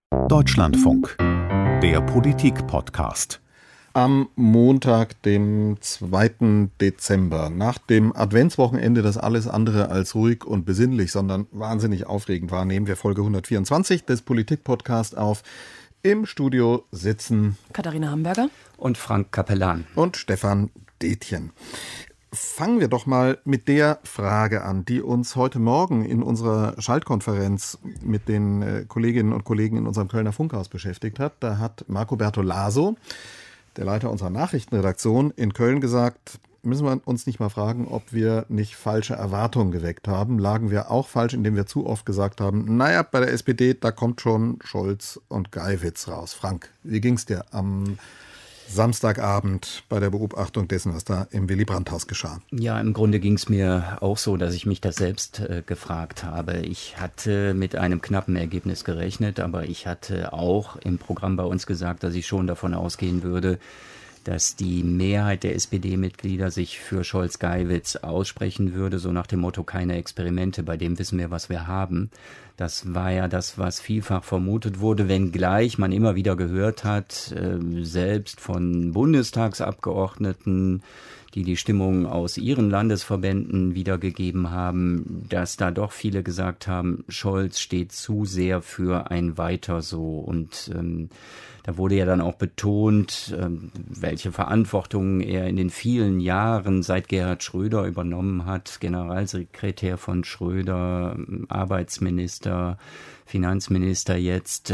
Deutschlandfunk, der Politik-Podcast. Am Montag, dem 2. Dezember, nach dem Adventswochenende, das alles andere als ruhig und besinnlich, sondern wahnsinnig aufregend war, nehmen wir Folge 124 des Politik-Podcasts auf. Im Studio sitzen Katharina Hamburger und Frank Capellan und Stefan Detjen. Fangen wir doch mal mit der Frage an, die uns heute Morgen in unserer Schaltkonferenz mit den Kolleginnen und Kollegen in unserem Kölner Funkhaus beschäftigt hat. Da hat Marco Bertolaso, der Leiter unserer Nachrichtenredaktion in Köln, gesagt, müssen wir uns nicht mal fragen, ob wir nicht falsche Erwartungen geweckt haben. Lagen wir auch falsch, indem wir zu oft gesagt haben, naja, bei der SPD, da kommt schon Scholz und Geiwitz raus. Frank, wie ging's dir am Samstagabend bei der Beobachtung dessen, was da im Willy-Brandt-Haus geschah? Ja, im Grunde ging es mir auch so, dass ich mich das selbst gefragt habe. Ich hatte mit einem knappen Ergebnis gerechnet, aber ich hatte auch im Programm bei uns gesagt, dass ich schon davon ausgehen würde, dass die Mehrheit der SPD-Mitglieder sich für Scholz-Geiwitz aussprechen würde, so nach dem Motto, keine Experimente, bei dem wissen wir, was wir haben. Das war ja das, was vielfach vermutet wurde, wenngleich man immer wieder gehört hat, selbst von Bundestagsabgeordneten, die die Stimmung aus ihren Landesverbänden wiedergegeben haben, dass da doch viele gesagt haben, Scholz steht zu sehr für ein Weiter so. Und da wurde ja dann auch betont, welche Verantwortung er in den vielen Jahren seit Gerhard Schröder übernommen hat. Generalsekretär von Schröder, Arbeitsminister, Finanzminister jetzt.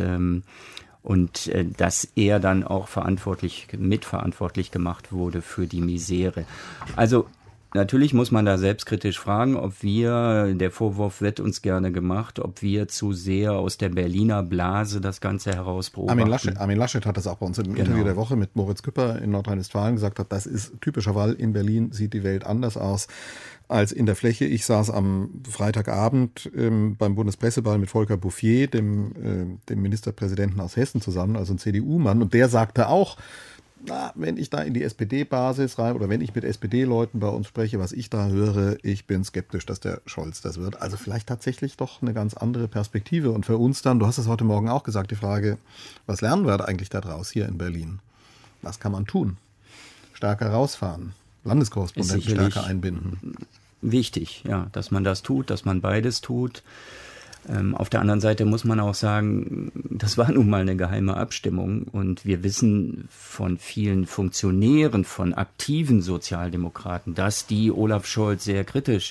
Und dass er dann auch mitverantwortlich gemacht wurde für die Misere. Also natürlich muss man da selbstkritisch fragen, ob der Vorwurf wird uns gerne gemacht, ob wir zu sehr aus der Berliner Blase das Ganze heraus beobachten. Armin Laschet hat das auch bei uns im Interview der Woche mit Moritz Küpper in Nordrhein-Westfalen gesagt, das ist typischer Fall. In Berlin sieht die Welt anders aus als in der Fläche. Ich saß am Freitagabend beim Bundespresseball mit Volker Bouffier, dem Ministerpräsidenten aus Hessen zusammen, also ein CDU-Mann, und der sagte auch, wenn ich da in die SPD-Basis rein oder wenn ich mit SPD-Leuten bei uns spreche, was ich da höre, ich bin skeptisch, dass der Scholz das wird. Also vielleicht tatsächlich doch eine ganz andere Perspektive. Und für uns dann, du hast es heute Morgen auch gesagt, die Frage, was lernen wir eigentlich da draus hier in Berlin? Was kann man tun? Stärker rausfahren, Landeskorrespondenten stärker einbinden. Wichtig, ja, dass man das tut, dass man beides tut. Auf der anderen Seite muss man auch sagen, das war nun mal eine geheime Abstimmung und wir wissen von vielen Funktionären, von aktiven Sozialdemokraten, dass die Olaf Scholz sehr kritisch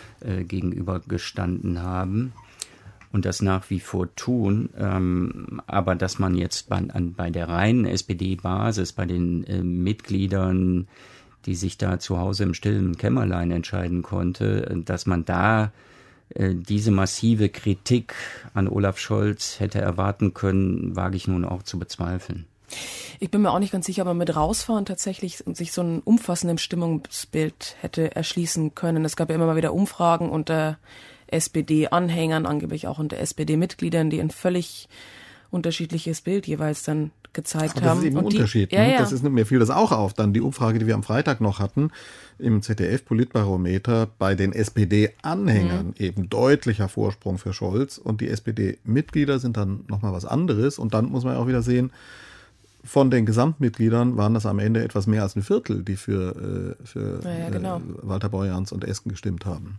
gegenübergestanden haben und das nach wie vor tun. Aber dass man jetzt bei der reinen SPD-Basis, bei den Mitgliedern, die sich da zu Hause im stillen Kämmerlein entscheiden konnte, dass man da diese massive Kritik an Olaf Scholz hätte erwarten können, wage ich nun auch zu bezweifeln. Ich bin mir auch nicht ganz sicher, ob man mit rausfahren tatsächlich sich so ein umfassendes Stimmungsbild hätte erschließen können. Es gab ja immer mal wieder Umfragen unter SPD-Anhängern, angeblich auch unter SPD-Mitgliedern, die ein völlig unterschiedliches Bild jeweils dann gezeigt haben. Das ist eben ein Unterschied. Ja. Das ist, mir fiel das auch auf. Dann die Umfrage, die wir am Freitag noch hatten, im ZDF-Politbarometer, bei den SPD-Anhängern eben deutlicher Vorsprung für Scholz und die SPD-Mitglieder sind dann nochmal was anderes. Und dann muss man auch wieder sehen, von den Gesamtmitgliedern waren das am Ende etwas mehr als ein Viertel, die für genau. Walter Borjans und Esken gestimmt haben.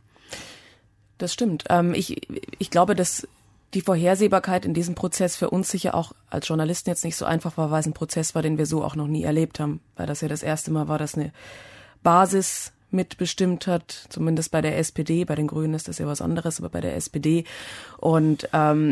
Das stimmt. Ich glaube, dass die Vorhersehbarkeit in diesem Prozess für uns sicher auch als Journalisten jetzt nicht so einfach war, weil es ein Prozess war, den wir so auch noch nie erlebt haben. Weil das ja das erste Mal war, dass eine Basis mitbestimmt hat, zumindest bei der SPD. Bei den Grünen ist das ja was anderes, aber bei der SPD. Und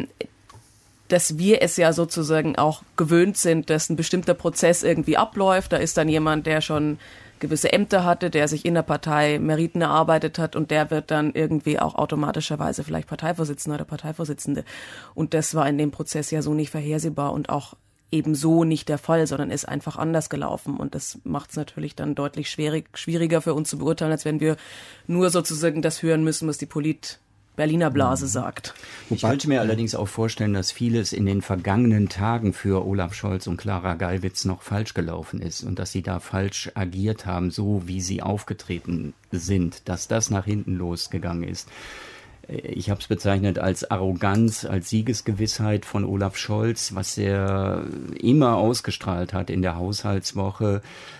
dass wir es ja sozusagen auch gewöhnt sind, dass ein bestimmter Prozess irgendwie abläuft. Da ist dann jemand, der schon gewisse Ämter hatte, der sich in der Partei Meriten erarbeitet hat und der wird dann irgendwie auch automatischerweise vielleicht Parteivorsitzender oder Parteivorsitzende. Und das war in dem Prozess ja so nicht vorhersehbar und auch ebenso nicht der Fall, sondern ist einfach anders gelaufen. Und das macht es natürlich dann deutlich schwieriger für uns zu beurteilen, als wenn wir nur sozusagen das hören müssen, was die Berliner Blase sagt. Ich könnte mir allerdings auch vorstellen, dass vieles in den vergangenen Tagen für Olaf Scholz und Clara Geiwitz noch falsch gelaufen ist und dass sie da falsch agiert haben, so wie sie aufgetreten sind, dass das nach hinten losgegangen ist. Ich habe es bezeichnet als Arroganz, als Siegesgewissheit von Olaf Scholz, was er immer ausgestrahlt hat in der Haushaltswoche.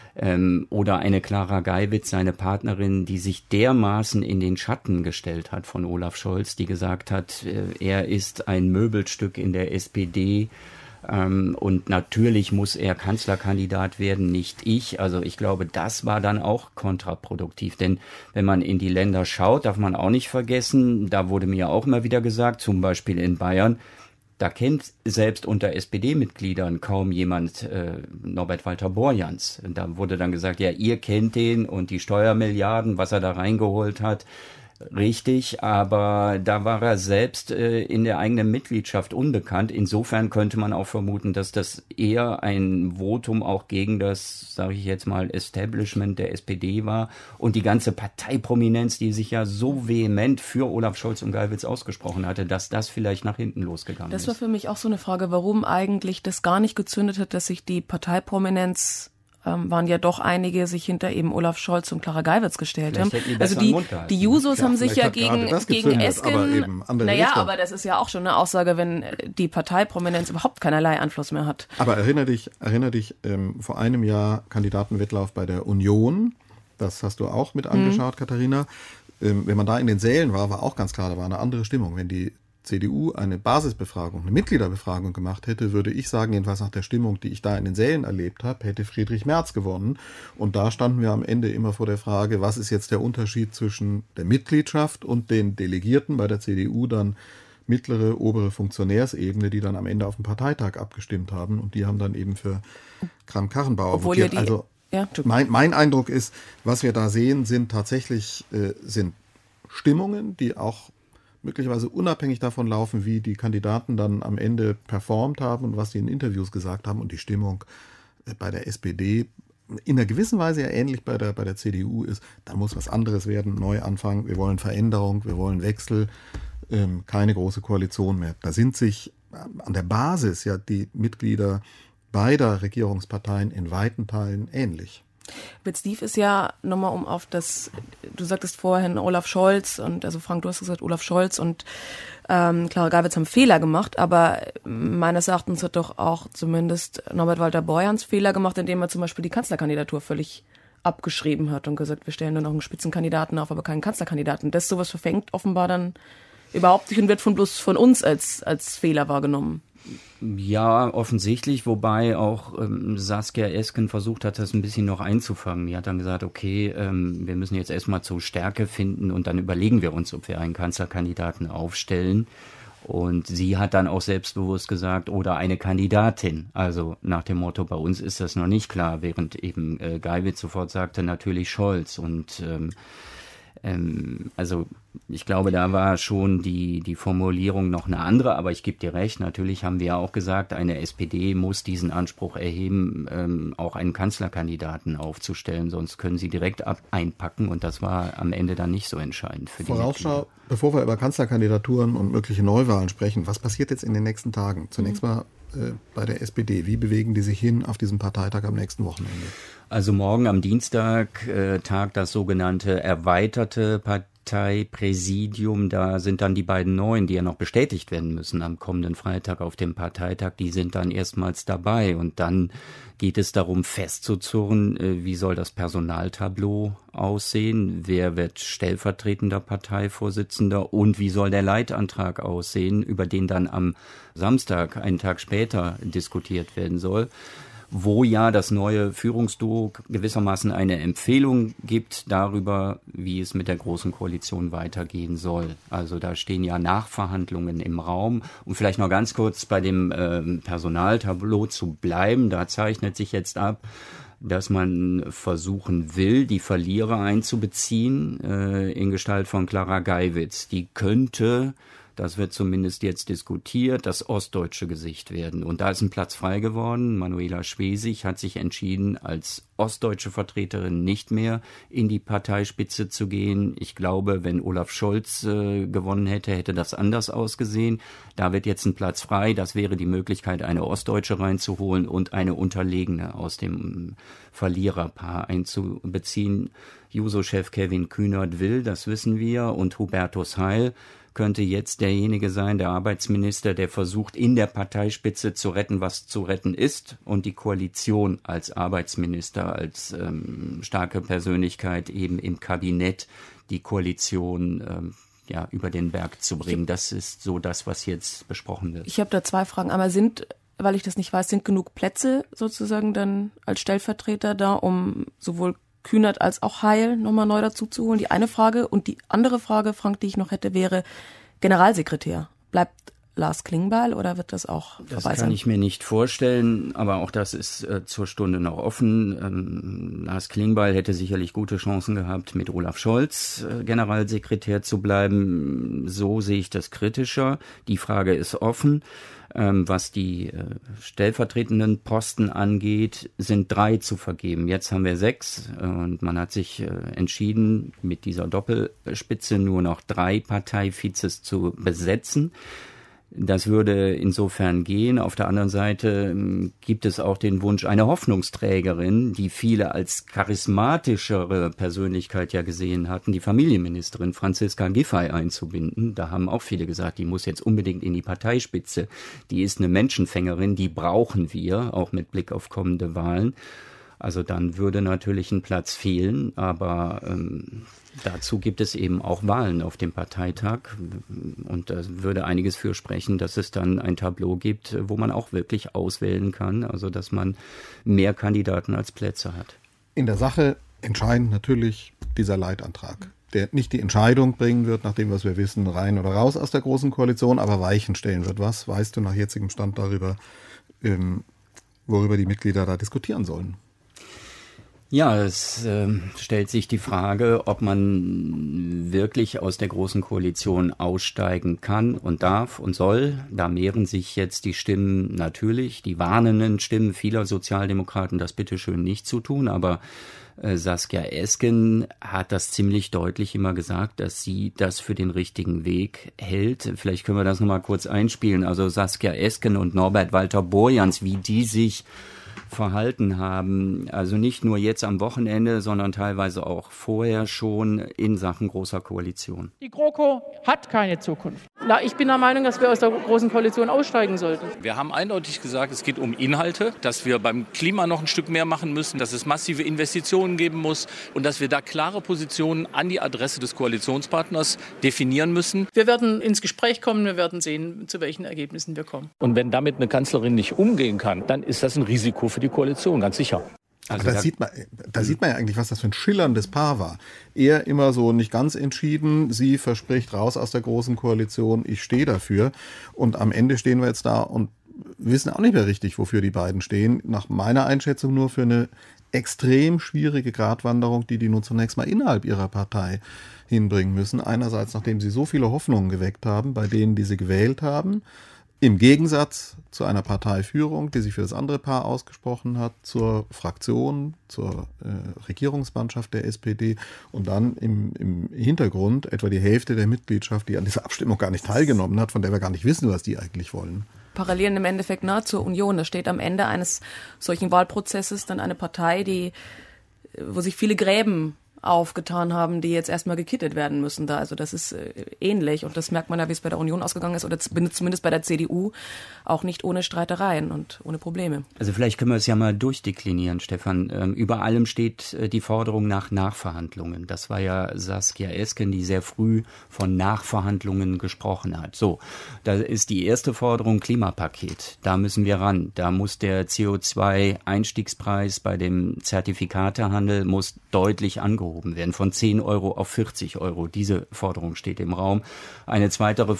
Oder eine Clara Geiwitz, seine Partnerin, die sich dermaßen in den Schatten gestellt hat von Olaf Scholz, die gesagt hat, er ist ein Möbelstück in der SPD. Und natürlich muss er Kanzlerkandidat werden, nicht ich. Also ich glaube, das war dann auch kontraproduktiv. Denn wenn man in die Länder schaut, darf man auch nicht vergessen, da wurde mir auch immer wieder gesagt, zum Beispiel in Bayern, da kennt selbst unter SPD-Mitgliedern kaum jemand Norbert Walter Borjans. Da wurde dann gesagt, ja, ihr kennt den und die Steuermilliarden, was er da reingeholt hat. Richtig, aber da war er selbst in der eigenen Mitgliedschaft unbekannt. Insofern könnte man auch vermuten, dass das eher ein Votum auch gegen das, sage ich jetzt mal, Establishment der SPD war und die ganze Parteiprominenz, die sich ja so vehement für Olaf Scholz und Geiwitz ausgesprochen hatte, dass das vielleicht nach hinten losgegangen ist. Das war für mich auch so eine Frage, warum eigentlich das gar nicht gezündet hat, dass sich die Parteiprominenz waren ja doch einige sich hinter eben Olaf Scholz und Clara Geiwitz gestellt haben. Also die Jusos haben sich ja gegen Esken, aber das ist ja auch schon eine Aussage, wenn die Parteiprominenz überhaupt keinerlei Einfluss mehr hat. Aber erinnere dich, vor einem Jahr Kandidatenwettlauf bei der Union, das hast du auch mit angeschaut, Katharina. Wenn man da in den Sälen war auch ganz klar, da war eine andere Stimmung. Wenn die CDU eine Basisbefragung, eine Mitgliederbefragung gemacht hätte, würde ich sagen, jedenfalls nach der Stimmung, die ich da in den Sälen erlebt habe, hätte Friedrich Merz gewonnen. Und da standen wir am Ende immer vor der Frage, was ist jetzt der Unterschied zwischen der Mitgliedschaft und den Delegierten, bei der CDU dann mittlere, obere Funktionärsebene, die dann am Ende auf dem Parteitag abgestimmt haben. Und die haben dann eben für Kramp-Karrenbauer votiert. Also mein Eindruck ist, was wir da sehen, sind tatsächlich sind Stimmungen, die auch möglicherweise unabhängig davon laufen, wie die Kandidaten dann am Ende performt haben und was sie in Interviews gesagt haben. Und die Stimmung bei der SPD in einer gewissen Weise ja ähnlich bei der CDU ist, da muss was anderes werden, Neuanfang, wir wollen Veränderung, wir wollen Wechsel, keine große Koalition mehr. Da sind sich an der Basis ja die Mitglieder beider Regierungsparteien in weiten Teilen ähnlich. Mit Steve ist ja nochmal auf das, du sagtest vorhin Olaf Scholz und, also Frank, du hast gesagt, Olaf Scholz und Clara Geiwitz haben Fehler gemacht, aber meines Erachtens hat doch auch zumindest Norbert Walter Borjans Fehler gemacht, indem er zum Beispiel die Kanzlerkandidatur völlig abgeschrieben hat und gesagt, wir stellen nur noch einen Spitzenkandidaten auf, aber keinen Kanzlerkandidaten. Das sowas verfängt offenbar dann überhaupt nicht und wird bloß von uns als Fehler wahrgenommen. Ja, offensichtlich, wobei auch Saskia Esken versucht hat, das ein bisschen noch einzufangen. Die hat dann gesagt, okay, wir müssen jetzt erstmal zur Stärke finden und dann überlegen wir uns, ob wir einen Kanzlerkandidaten aufstellen. Und sie hat dann auch selbstbewusst gesagt, oder eine Kandidatin. Also nach dem Motto, bei uns ist das noch nicht klar, während eben Geiwitz sofort sagte, natürlich Scholz. Und also ich glaube, da war schon die Formulierung noch eine andere, aber ich gebe dir recht, natürlich haben wir ja auch gesagt, eine SPD muss diesen Anspruch erheben, auch einen Kanzlerkandidaten aufzustellen, sonst können sie direkt einpacken und das war am Ende dann nicht so entscheidend für die Vorausschau, bevor wir über Kanzlerkandidaturen und mögliche Neuwahlen sprechen, was passiert jetzt in den nächsten Tagen? Zunächst mal bei der SPD, wie bewegen die sich hin auf diesen Parteitag am nächsten Wochenende? Also morgen am Dienstag tagt das sogenannte erweiterte Parteipräsidium. Da sind dann die beiden Neuen, die ja noch bestätigt werden müssen am kommenden Freitag auf dem Parteitag, die sind dann erstmals dabei. Und dann geht es darum festzuzurren, wie soll das Personaltableau aussehen, wer wird stellvertretender Parteivorsitzender und wie soll der Leitantrag aussehen, über den dann am Samstag, einen Tag später, diskutiert werden soll, wo ja das neue Führungsduo gewissermaßen eine Empfehlung gibt darüber, wie es mit der Großen Koalition weitergehen soll. Also da stehen ja Nachverhandlungen im Raum. Und vielleicht noch ganz kurz bei dem Personaltableau zu bleiben, da zeichnet sich jetzt ab, dass man versuchen will, die Verlierer einzubeziehen in Gestalt von Clara Geiwitz. Die könnte, das wird zumindest jetzt diskutiert, das ostdeutsche Gesicht werden. Und da ist ein Platz frei geworden. Manuela Schwesig hat sich entschieden, als ostdeutsche Vertreterin nicht mehr in die Parteispitze zu gehen. Ich glaube, wenn Olaf Scholz gewonnen hätte, hätte das anders ausgesehen. Da wird jetzt ein Platz frei. Das wäre die Möglichkeit, eine Ostdeutsche reinzuholen und eine Unterlegene aus dem Verliererpaar einzubeziehen. Juso-Chef Kevin Kühnert will, das wissen wir, und Hubertus Heil könnte jetzt derjenige sein, der Arbeitsminister, der versucht, in der Parteispitze zu retten, was zu retten ist, und die Koalition als Arbeitsminister, als starke Persönlichkeit eben im Kabinett die Koalition über den Berg zu bringen. Das ist so das, was jetzt besprochen wird. Ich habe da 2 Fragen. Einmal weil ich das nicht weiß, sind genug Plätze sozusagen dann als Stellvertreter da, um sowohl Kühnert als auch Heil nochmal neu dazu zu holen? Die eine Frage. Und die andere Frage, Frank, die ich noch hätte, wäre Generalsekretär. Bleibt Lars Klingbeil oder wird das auch vorbei sein? Das kann ich mir nicht vorstellen, aber auch das ist zur Stunde noch offen. Lars Klingbeil hätte sicherlich gute Chancen gehabt, mit Olaf Scholz Generalsekretär zu bleiben. So sehe ich das kritischer. Die Frage ist offen. Was die stellvertretenden Posten angeht, sind 3 zu vergeben. Jetzt haben wir 6 und man hat sich entschieden, mit dieser Doppelspitze nur noch 3 Parteivizes zu besetzen. Das würde insofern gehen. Auf der anderen Seite gibt es auch den Wunsch, eine Hoffnungsträgerin, die viele als charismatischere Persönlichkeit ja gesehen hatten, die Familienministerin Franziska Giffey einzubinden. Da haben auch viele gesagt, die muss jetzt unbedingt in die Parteispitze. Die ist eine Menschenfängerin, die brauchen wir, auch mit Blick auf kommende Wahlen. Also dann würde natürlich ein Platz fehlen, aber dazu gibt es eben auch Wahlen auf dem Parteitag und da würde einiges für sprechen, dass es dann ein Tableau gibt, wo man auch wirklich auswählen kann, also dass man mehr Kandidaten als Plätze hat. In der Sache entscheidend natürlich dieser Leitantrag, der nicht die Entscheidung bringen wird, nach dem, was wir wissen, rein oder raus aus der Großen Koalition, aber Weichen stellen wird. Was weißt du nach jetzigem Stand darüber, worüber die Mitglieder da diskutieren sollen? Ja, es stellt sich die Frage, ob man wirklich aus der Großen Koalition aussteigen kann und darf und soll. Da mehren sich jetzt die Stimmen natürlich, die warnenden Stimmen vieler Sozialdemokraten, das bitteschön nicht zu tun. Aber Saskia Esken hat das ziemlich deutlich immer gesagt, dass sie das für den richtigen Weg hält. Vielleicht können wir das nochmal kurz einspielen. Also Saskia Esken und Norbert Walter-Borjans, wie die sich verhalten haben, also nicht nur jetzt am Wochenende, sondern teilweise auch vorher schon in Sachen Großer Koalition. Die GroKo hat keine Zukunft. Ich bin der Meinung, dass wir aus der Großen Koalition aussteigen sollten. Wir haben eindeutig gesagt, es geht um Inhalte, dass wir beim Klima noch ein Stück mehr machen müssen, dass es massive Investitionen geben muss und dass wir da klare Positionen an die Adresse des Koalitionspartners definieren müssen. Wir werden ins Gespräch kommen, wir werden sehen, zu welchen Ergebnissen wir kommen. Und wenn damit eine Kanzlerin nicht umgehen kann, dann ist das ein Risiko für die Koalition, ganz sicher. Also da sieht man ja eigentlich, was das für ein schillerndes Paar war. Er immer so nicht ganz entschieden, sie verspricht raus aus der Großen Koalition, ich stehe dafür. Und am Ende stehen wir jetzt da und wissen auch nicht mehr richtig, wofür die beiden stehen. Nach meiner Einschätzung nur für eine extrem schwierige Gratwanderung, die nun zunächst mal innerhalb ihrer Partei hinbringen müssen. Einerseits, nachdem sie so viele Hoffnungen geweckt haben, bei denen, die sie gewählt haben, im Gegensatz zu einer Parteiführung, die sich für das andere Paar ausgesprochen hat, zur Fraktion, zur Regierungsmannschaft der SPD und dann im Hintergrund etwa die Hälfte der Mitgliedschaft, die an dieser Abstimmung gar nicht teilgenommen hat, von der wir gar nicht wissen, was die eigentlich wollen. Parallelen im Endeffekt zur Union. Da steht am Ende eines solchen Wahlprozesses dann eine Partei, wo sich viele Gräben aufgetan haben, die jetzt erstmal gekittet werden müssen da. Also das ist ähnlich und das merkt man ja, wie es bei der Union ausgegangen ist oder zumindest bei der CDU auch nicht ohne Streitereien und ohne Probleme. Also vielleicht können wir es ja mal durchdeklinieren, Stefan. Über allem steht die Forderung nach Nachverhandlungen. Das war ja Saskia Esken, die sehr früh von Nachverhandlungen gesprochen hat. So, da ist die erste Forderung Klimapaket. Da müssen wir ran. Da muss der CO2-Einstiegspreis bei dem Zertifikatehandel muss deutlich angehoben werden, von 10 Euro auf 40 Euro. Diese Forderung steht im Raum. Eine weitere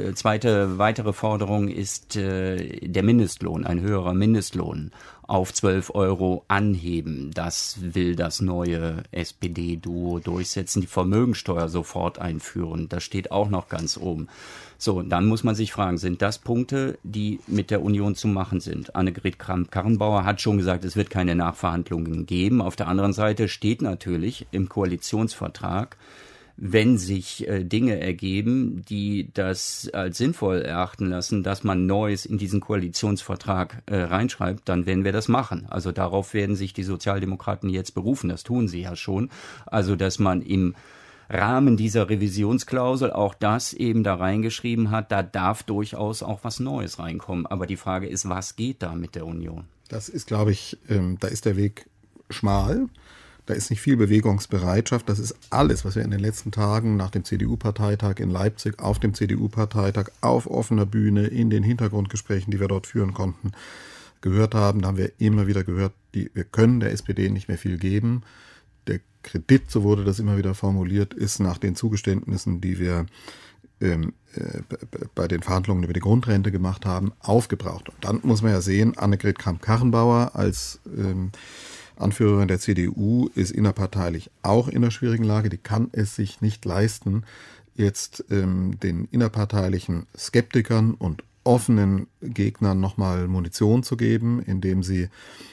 Forderung ist der Mindestlohn, ein höherer Mindestlohn auf 12 Euro anheben. Das will das neue SPD-Duo durchsetzen. Die Vermögensteuer sofort einführen. Das steht auch noch ganz oben. So, dann muss man sich fragen, sind das Punkte, die mit der Union zu machen sind? Annegret Kramp-Karrenbauer hat schon gesagt, es wird keine Nachverhandlungen geben. Auf der anderen Seite steht natürlich im Koalitionsvertrag, wenn sich Dinge ergeben, die das als sinnvoll erachten lassen, dass man Neues in diesen Koalitionsvertrag reinschreibt, dann werden wir das machen. Also darauf werden sich die Sozialdemokraten jetzt berufen, das tun sie ja schon. Also dass man im Rahmen dieser Revisionsklausel auch das eben da reingeschrieben hat, da darf durchaus auch was Neues reinkommen. Aber die Frage ist, was geht da mit der Union? Das ist, glaube ich, da ist der Weg schmal. Da ist nicht viel Bewegungsbereitschaft. Das ist alles, was wir in den letzten Tagen nach dem CDU-Parteitag in Leipzig, auf dem CDU-Parteitag, auf offener Bühne, in den Hintergrundgesprächen, die wir dort führen konnten, gehört haben. Da haben wir immer wieder gehört, wir können der SPD nicht mehr viel geben. Der Kredit, so wurde das immer wieder formuliert, ist nach den Zugeständnissen, die wir bei den Verhandlungen über die Grundrente gemacht haben, aufgebraucht. Und dann muss man ja sehen, Annegret Kramp-Karrenbauer als Anführerin der CDU ist innerparteilich auch in einer schwierigen Lage. Die kann es sich nicht leisten, jetzt den innerparteilichen Skeptikern und offenen Gegnern nochmal Munition zu geben, indem sie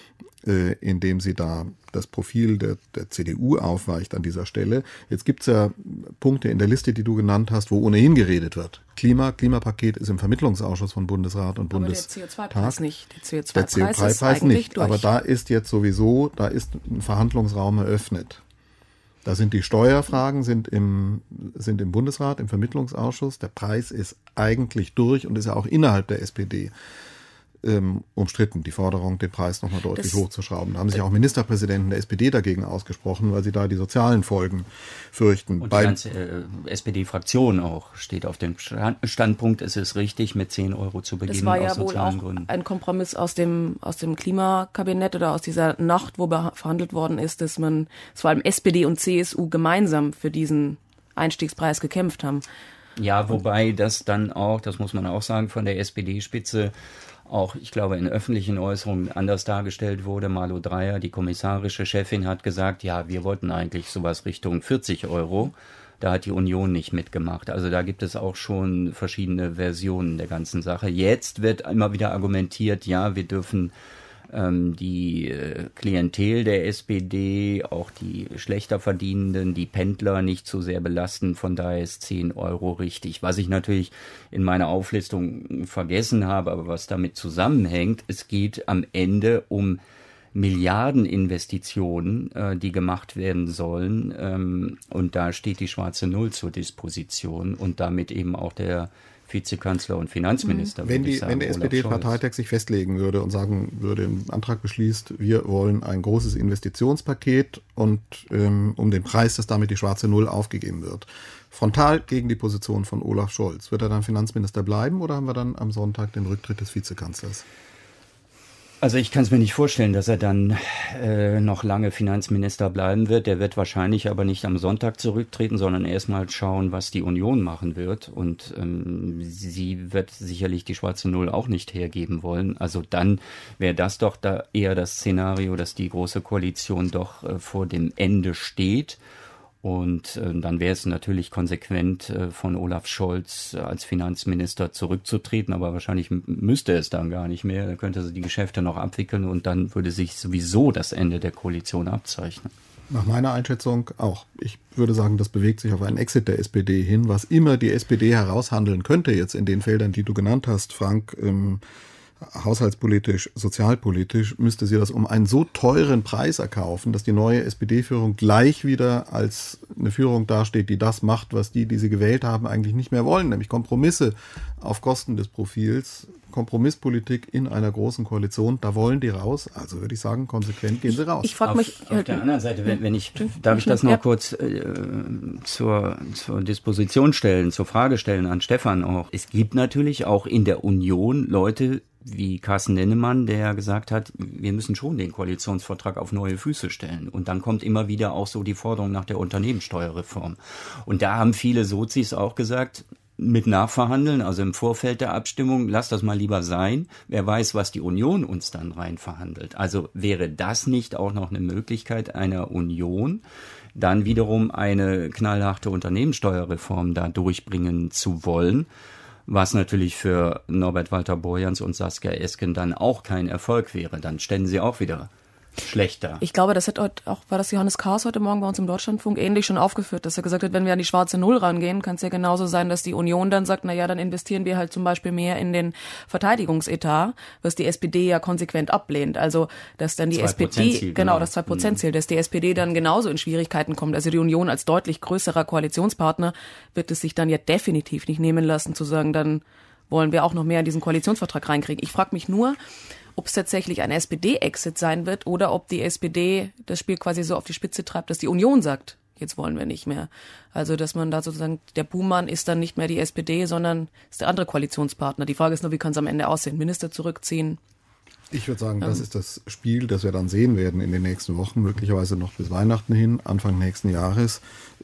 da das Profil der CDU aufweicht an dieser Stelle. Jetzt gibt es ja Punkte in der Liste, die du genannt hast, wo ohnehin geredet wird. Klimapaket ist im Vermittlungsausschuss von Bundesrat und Bundestag. Aber der CO2-Preis nicht. Der CO2-Preis nicht. Aber da ist jetzt sowieso, da ist ein Verhandlungsraum eröffnet. Da sind die Steuerfragen sind im Bundesrat, im Vermittlungsausschuss. Der Preis ist eigentlich durch und ist ja auch innerhalb der SPD umstritten, die Forderung, den Preis nochmal deutlich hochzuschrauben. Da haben sich auch Ministerpräsidenten der SPD dagegen ausgesprochen, weil sie da die sozialen Folgen fürchten. Und die ganze SPD-Fraktion auch steht auf dem Standpunkt, es ist richtig, mit 10 Euro zu beginnen aus sozialen Gründen. Das war ja wohl auch ein Kompromiss aus dem Klimakabinett oder aus dieser Nacht, wo verhandelt worden ist, dass vor allem SPD und CSU gemeinsam für diesen Einstiegspreis gekämpft haben. Ja, wobei das dann auch, das muss man auch sagen, von der SPD-Spitze auch, ich glaube, in öffentlichen Äußerungen anders dargestellt wurde. Malu Dreyer, die kommissarische Chefin, hat gesagt, ja, wir wollten eigentlich sowas Richtung 40 Euro. Da hat die Union nicht mitgemacht. Also da gibt es auch schon verschiedene Versionen der ganzen Sache. Jetzt wird immer wieder argumentiert, ja, wir dürfen die Klientel der SPD, auch die schlechter verdienenden, die Pendler nicht zu sehr belasten. Von daher ist 10 Euro richtig. Was ich natürlich in meiner Auflistung vergessen habe, aber was damit zusammenhängt, es geht am Ende um Milliardeninvestitionen, die gemacht werden sollen. Und da steht die schwarze Null zur Disposition und damit eben auch der Vizekanzler und Finanzminister. Wenn der SPD-Parteitag sich festlegen würde und sagen würde, im Antrag beschließt, wir wollen ein großes Investitionspaket und um den Preis, dass damit die schwarze Null aufgegeben wird. Frontal gegen die Position von Olaf Scholz. Wird er dann Finanzminister bleiben oder haben wir dann am Sonntag den Rücktritt des Vizekanzlers? Also ich kann es mir nicht vorstellen, dass er dann noch lange Finanzminister bleiben wird. Der wird wahrscheinlich aber nicht am Sonntag zurücktreten, sondern erstmal schauen, was die Union machen wird. Und sie wird sicherlich die schwarze Null auch nicht hergeben wollen. Also dann wäre das doch da eher das Szenario, dass die Große Koalition doch vor dem Ende steht. Und dann wäre es natürlich konsequent von Olaf Scholz als Finanzminister zurückzutreten, aber wahrscheinlich müsste es dann gar nicht mehr. Dann könnte sie die Geschäfte noch abwickeln und dann würde sich sowieso das Ende der Koalition abzeichnen. Nach meiner Einschätzung auch. Ich würde sagen, das bewegt sich auf einen Exit der SPD hin, was immer die SPD heraushandeln könnte jetzt in den Feldern, die du genannt hast, Frank, haushaltspolitisch, sozialpolitisch, müsste sie das um einen so teuren Preis erkaufen, dass die neue SPD-Führung gleich wieder als eine Führung dasteht, die das macht, was die sie gewählt haben, eigentlich nicht mehr wollen, nämlich Kompromisse auf Kosten des Profils, Kompromisspolitik in einer großen Koalition, da wollen die raus. Also würde ich sagen, konsequent gehen sie raus. Ich frage mich auf der anderen Seite, darf ich das noch kurz zur Disposition stellen, zur Frage stellen an Stefan auch. Es gibt natürlich auch in der Union Leute wie Carsten Linnemann, der gesagt hat, wir müssen schon den Koalitionsvertrag auf neue Füße stellen. Und dann kommt immer wieder auch so die Forderung nach der Unternehmenssteuerreform. Und da haben viele Sozis auch gesagt, mit Nachverhandeln, also im Vorfeld der Abstimmung, lass das mal lieber sein. Wer weiß, was die Union uns dann rein verhandelt. Also wäre das nicht auch noch eine Möglichkeit einer Union, dann wiederum eine knallharte Unternehmenssteuerreform da durchbringen zu wollen? Was natürlich für Norbert Walter Borjans und Saskia Esken dann auch kein Erfolg wäre. Dann ständen sie auch wieder schlechter. Ich glaube, das hat auch, war das Johannes Kahrs heute Morgen bei uns im Deutschlandfunk ähnlich schon aufgeführt, dass er gesagt hat, wenn wir an die schwarze Null rangehen, kann es ja genauso sein, dass die Union dann sagt, dann investieren wir halt zum Beispiel mehr in den Verteidigungsetat, was die SPD ja konsequent ablehnt. Also, dass dann die SPD, das 2%-Ziel, dass die SPD dann genauso in Schwierigkeiten kommt. Also die Union als deutlich größerer Koalitionspartner wird es sich dann ja definitiv nicht nehmen lassen, zu sagen, dann wollen wir auch noch mehr in diesen Koalitionsvertrag reinkriegen. Ich frage mich nur, ob es tatsächlich ein SPD-Exit sein wird oder ob die SPD das Spiel quasi so auf die Spitze treibt, dass die Union sagt, jetzt wollen wir nicht mehr. Also, dass man da sozusagen, der Buhmann ist dann nicht mehr die SPD, sondern ist der andere Koalitionspartner. Die Frage ist nur, wie kann es am Ende aussehen? Minister zurückziehen? Ich würde sagen, das ist das Spiel, das wir dann sehen werden in den nächsten Wochen, möglicherweise noch bis Weihnachten hin, Anfang nächsten Jahres,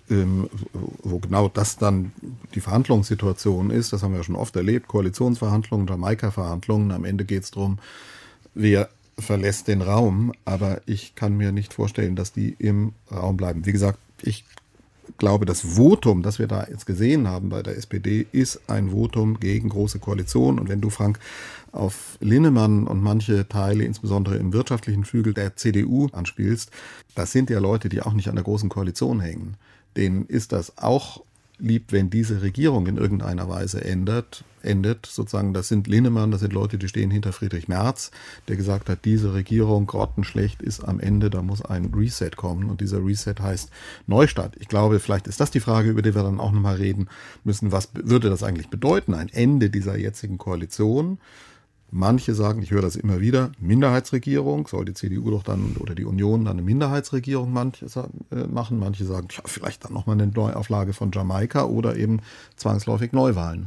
wo genau das dann die Verhandlungssituation ist. Das haben wir ja schon oft erlebt, Koalitionsverhandlungen, Jamaika-Verhandlungen. Am Ende geht es darum, wer verlässt den Raum, aber ich kann mir nicht vorstellen, dass die im Raum bleiben. Wie gesagt, ich glaube, das Votum, das wir da jetzt gesehen haben bei der SPD, ist ein Votum gegen große Koalitionen. Und wenn du, Frank, auf Linnemann und manche Teile, insbesondere im wirtschaftlichen Flügel der CDU, anspielst, das sind ja Leute, die auch nicht an der großen Koalition hängen. Denen ist das auch lieb, wenn diese Regierung in irgendeiner Weise endet. Sozusagen, das sind Linnemann, das sind Leute, die stehen hinter Friedrich Merz, der gesagt hat, diese Regierung grottenschlecht ist am Ende, da muss ein Reset kommen und dieser Reset heißt Neustart. Ich glaube, vielleicht ist das die Frage, über die wir dann auch nochmal reden müssen. Was würde das eigentlich bedeuten, ein Ende dieser jetzigen Koalition? Manche sagen, ich höre das immer wieder, Minderheitsregierung, soll die CDU doch dann oder die Union dann eine Minderheitsregierung machen. Manche sagen, ja, vielleicht dann nochmal eine Neuauflage von Jamaika oder eben zwangsläufig Neuwahlen.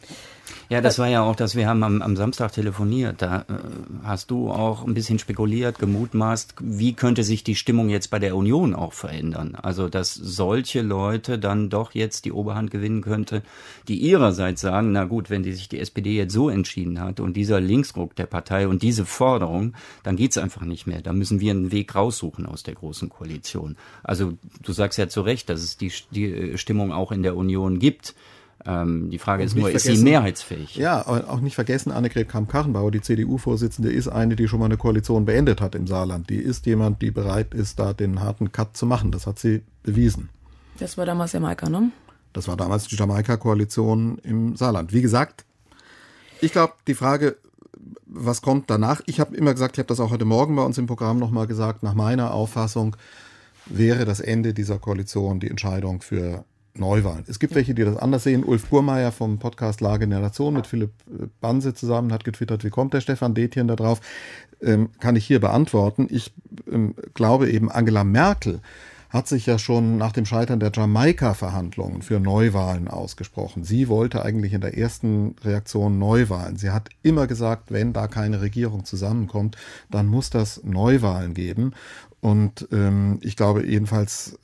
Ja, das war ja auch, dass wir haben am Samstag telefoniert. Da hast du auch ein bisschen spekuliert, gemutmaßt, wie könnte sich die Stimmung jetzt bei der Union auch verändern? Also, dass solche Leute dann doch jetzt die Oberhand gewinnen könnte, die ihrerseits sagen, na gut, wenn sich die SPD jetzt so entschieden hat und dieser Linksruck der Partei und diese Forderung, dann geht's einfach nicht mehr. Da müssen wir einen Weg raussuchen aus der großen Koalition. Also, du sagst ja zu Recht, dass es die Stimmung auch in der Union gibt. Die Frage ist nur, ist sie mehrheitsfähig? Ja, aber auch nicht vergessen, Annegret Kramp-Karrenbauer, die CDU-Vorsitzende, ist eine, die schon mal eine Koalition beendet hat im Saarland. Die ist jemand, die bereit ist, da den harten Cut zu machen. Das hat sie bewiesen. Das war damals Jamaika, ne? Das war damals die Jamaika-Koalition im Saarland. Wie gesagt, ich glaube, die Frage, was kommt danach? Ich habe immer gesagt, ich habe das auch heute Morgen bei uns im Programm nochmal gesagt, nach meiner Auffassung wäre das Ende dieser Koalition die Entscheidung für Neuwahlen. Es gibt welche, die das anders sehen. Ulf Burmeier vom Podcast Lage in der Nation mit Philipp Banse zusammen hat getwittert, wie kommt der Stefan Detjen da drauf? Kann ich hier beantworten. Ich glaube eben, Angela Merkel hat sich ja schon nach dem Scheitern der Jamaika-Verhandlungen für Neuwahlen ausgesprochen. Sie wollte eigentlich in der ersten Reaktion Neuwahlen. Sie hat immer gesagt, wenn da keine Regierung zusammenkommt, dann muss das Neuwahlen geben. Und ich glaube jedenfalls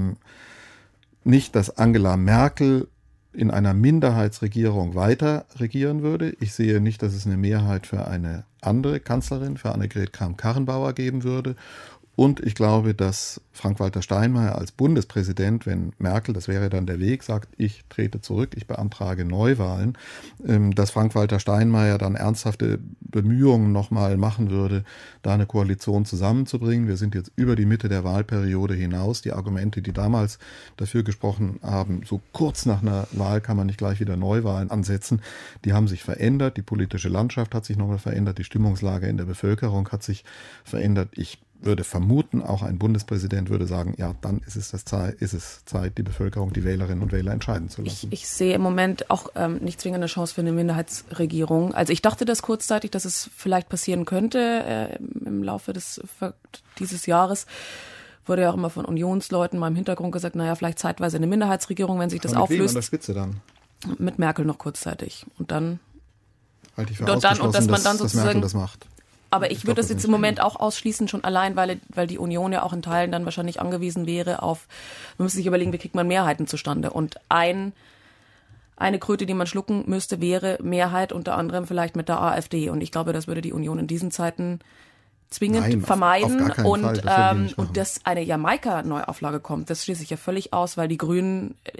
nicht, dass Angela Merkel in einer Minderheitsregierung weiter regieren würde. Ich sehe nicht, dass es eine Mehrheit für eine andere Kanzlerin, für Annegret Kramp-Karrenbauer geben würde. Und ich glaube, dass Frank-Walter Steinmeier als Bundespräsident, wenn Merkel, das wäre dann der Weg, sagt, ich trete zurück, ich beantrage Neuwahlen, dass Frank-Walter Steinmeier dann ernsthafte Bemühungen nochmal machen würde, da eine Koalition zusammenzubringen. Wir sind jetzt über die Mitte der Wahlperiode hinaus. Die Argumente, die damals dafür gesprochen haben, so kurz nach einer Wahl kann man nicht gleich wieder Neuwahlen ansetzen, die haben sich verändert. Die politische Landschaft hat sich nochmal verändert. Die Stimmungslage in der Bevölkerung hat sich verändert. Ich würde vermuten, auch ein Bundespräsident würde sagen, ja, dann ist es Zeit, die Bevölkerung, die Wählerinnen und Wähler entscheiden zu lassen. Ich sehe im Moment auch nicht zwingend eine Chance für eine Minderheitsregierung. Also ich dachte das kurzzeitig, dass es vielleicht passieren könnte im Laufe dieses Jahres. Wurde ja auch immer von Unionsleuten mal im Hintergrund gesagt, naja, vielleicht zeitweise eine Minderheitsregierung, wenn sich das auflöst. Mit wem an der Spitze dann? Mit Merkel noch kurzzeitig. Und dann halte ich für ausgeschlossen, dass Merkel das macht. Aber ich würde das jetzt im Moment auch ausschließen, schon allein, weil die Union ja auch in Teilen dann wahrscheinlich angewiesen wäre auf, man müsste sich überlegen, wie kriegt man Mehrheiten zustande. Und eine Kröte, die man schlucken müsste, wäre Mehrheit unter anderem vielleicht mit der AfD. Und ich glaube, das würde die Union in diesen Zeiten zwingend vermeiden. Auf gar keinen Fall. Und dass eine Jamaika-Neuauflage kommt, das schließe ich ja völlig aus, weil die Grünen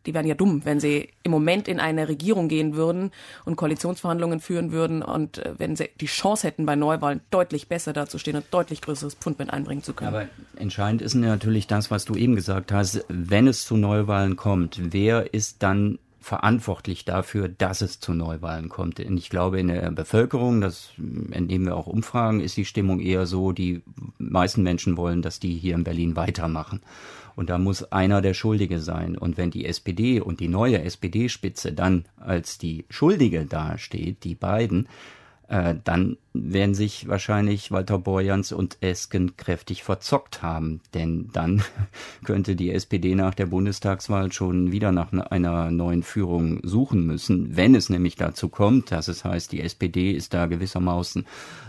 die wären ja dumm, wenn sie im Moment in eine Regierung gehen würden und Koalitionsverhandlungen führen würden und wenn sie die Chance hätten, bei Neuwahlen deutlich besser dazustehen und deutlich größeres Pfund mit einbringen zu können. Aber entscheidend ist natürlich das, was du eben gesagt hast, wenn es zu Neuwahlen kommt, wer ist dann verantwortlich dafür, dass es zu Neuwahlen kommt? Und ich glaube, in der Bevölkerung, das entnehmen wir auch Umfragen, ist die Stimmung eher so, die meisten Menschen wollen, dass die hier in Berlin weitermachen. Und da muss einer der Schuldige sein. Und wenn die SPD und die neue SPD-Spitze dann als die Schuldige dasteht, die beiden, dann werden sich wahrscheinlich Walter Borjans und Esken kräftig verzockt haben. Denn dann könnte die SPD nach der Bundestagswahl schon wieder nach einer neuen Führung suchen müssen, wenn es nämlich dazu kommt, dass es heißt, die SPD ist da gewissermaßen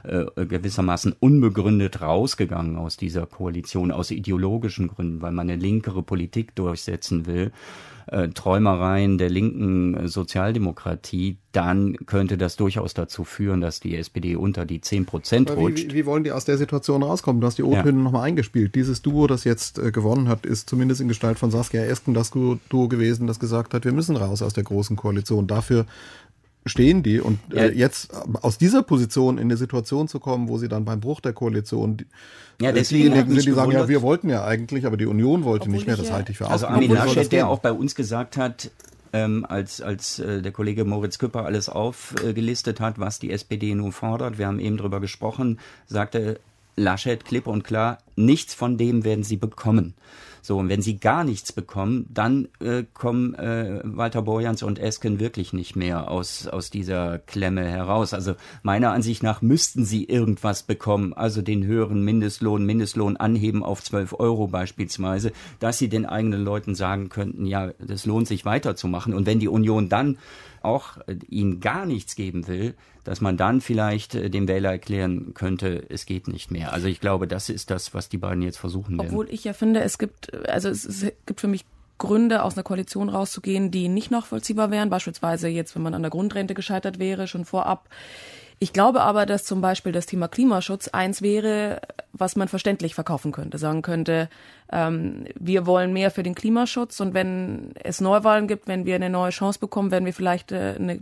unbegründet rausgegangen aus dieser Koalition, aus ideologischen Gründen, weil man eine linkere Politik durchsetzen will. Träumereien der linken Sozialdemokratie, dann könnte das durchaus dazu führen, dass die SPD unter die 10% rutscht. Wie wollen die aus der Situation rauskommen? Du hast die O-Töne nochmal eingespielt. Dieses Duo, das jetzt gewonnen hat, ist zumindest in Gestalt von Saskia Esken das Duo gewesen, das gesagt hat, wir müssen raus aus der großen Koalition. Dafür stehen die und jetzt aus dieser Position in eine Situation zu kommen, wo sie dann beim Bruch der Koalition diejenigen sind, die sagen, ja, wir wollten ja eigentlich, aber die Union wollte nicht mehr, das halte ich für Also Armin Laschet, der auch bei uns gesagt hat, als der Kollege Moritz Küpper alles aufgelistet hat, was die SPD nun fordert, wir haben eben drüber gesprochen, sagte Laschet klipp und klar, nichts von dem werden sie bekommen. So, und wenn sie gar nichts bekommen, dann kommen Walter Borjans und Esken wirklich nicht mehr aus dieser Klemme heraus. Also meiner Ansicht nach müssten sie irgendwas bekommen, also den höheren Mindestlohn anheben auf 12 € beispielsweise, dass sie den eigenen Leuten sagen könnten, ja, das lohnt sich weiterzumachen. Und wenn die Union dann auch ihnen gar nichts geben will, dass man dann vielleicht dem Wähler erklären könnte, es geht nicht mehr. Also ich glaube, das ist das, was die beiden jetzt versuchen werden. Obwohl ich ja finde, es gibt für mich Gründe, aus einer Koalition rauszugehen, die nicht nachvollziehbar wären. Beispielsweise jetzt, wenn man an der Grundrente gescheitert wäre, schon vorab. Ich glaube aber, dass zum Beispiel das Thema Klimaschutz eins wäre, was man verständlich verkaufen könnte. Sagen könnte, wir wollen mehr für den Klimaschutz und wenn es Neuwahlen gibt, wenn wir eine neue Chance bekommen, werden wir vielleicht eine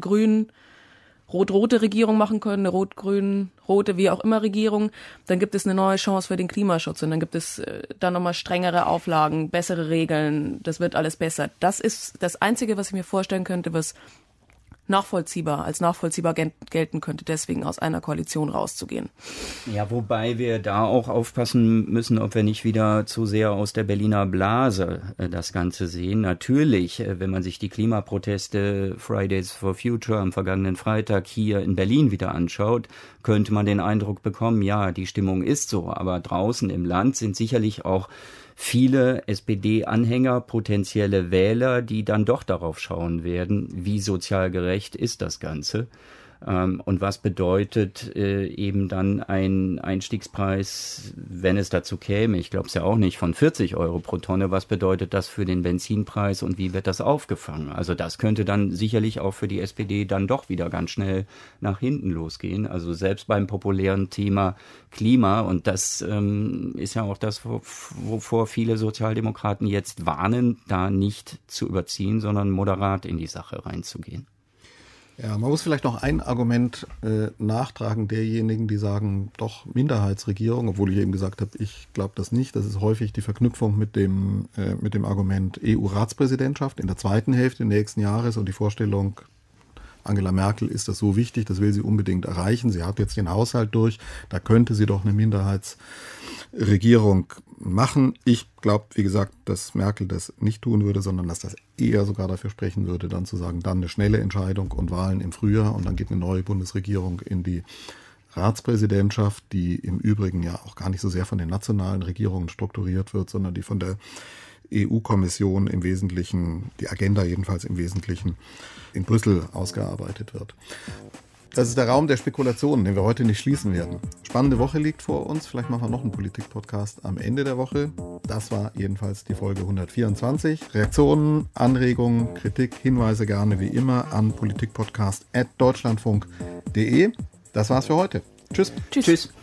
rot-rote Regierung machen können, eine rot-grün-rote, wie auch immer Regierung, dann gibt es eine neue Chance für den Klimaschutz und dann gibt es dann nochmal strengere Auflagen, bessere Regeln, das wird alles besser. Das ist das Einzige, was ich mir vorstellen könnte, was als nachvollziehbar gelten könnte, deswegen aus einer Koalition rauszugehen. Ja, wobei wir da auch aufpassen müssen, ob wir nicht wieder zu sehr aus der Berliner Blase das Ganze sehen. Natürlich, wenn man sich die Klimaproteste Fridays for Future am vergangenen Freitag hier in Berlin wieder anschaut, könnte man den Eindruck bekommen, ja, die Stimmung ist so, aber draußen im Land sind sicherlich auch viele SPD-Anhänger, potenzielle Wähler, die dann doch darauf schauen werden, wie sozial gerecht ist das Ganze. Und was bedeutet eben dann ein Einstiegspreis, wenn es dazu käme, ich glaube es ja auch nicht, von 40 € pro Tonne, was bedeutet das für den Benzinpreis und wie wird das aufgefangen? Also das könnte dann sicherlich auch für die SPD dann doch wieder ganz schnell nach hinten losgehen. Also selbst beim populären Thema Klima, und das ist ja auch das, wovor viele Sozialdemokraten jetzt warnen, da nicht zu überziehen, sondern moderat in die Sache reinzugehen. Ja, man muss vielleicht noch ein Argument nachtragen derjenigen, die sagen, doch Minderheitsregierung, obwohl ich eben gesagt habe, ich glaube das nicht. Das ist häufig die Verknüpfung mit dem Argument EU-Ratspräsidentschaft in der zweiten Hälfte nächsten Jahres und die Vorstellung, Angela Merkel ist das so wichtig, das will sie unbedingt erreichen. Sie hat jetzt den Haushalt durch, da könnte sie doch eine Minderheitsregierung machen. Ich glaube, wie gesagt, dass Merkel das nicht tun würde, sondern dass das eher sogar dafür sprechen würde, dann zu sagen, dann eine schnelle Entscheidung und Wahlen im Frühjahr und dann geht eine neue Bundesregierung in die Ratspräsidentschaft, die im Übrigen ja auch gar nicht so sehr von den nationalen Regierungen strukturiert wird, sondern die von der EU-Kommission im Wesentlichen, die Agenda jedenfalls im Wesentlichen in Brüssel ausgearbeitet wird. Das ist der Raum der Spekulationen, den wir heute nicht schließen werden. Spannende Woche liegt vor uns. Vielleicht machen wir noch einen Politik-Podcast am Ende der Woche. Das war jedenfalls die Folge 124. Reaktionen, Anregungen, Kritik, Hinweise gerne wie immer an politikpodcast@deutschlandfunk.de. Das war's für heute. Tschüss. Tschüss.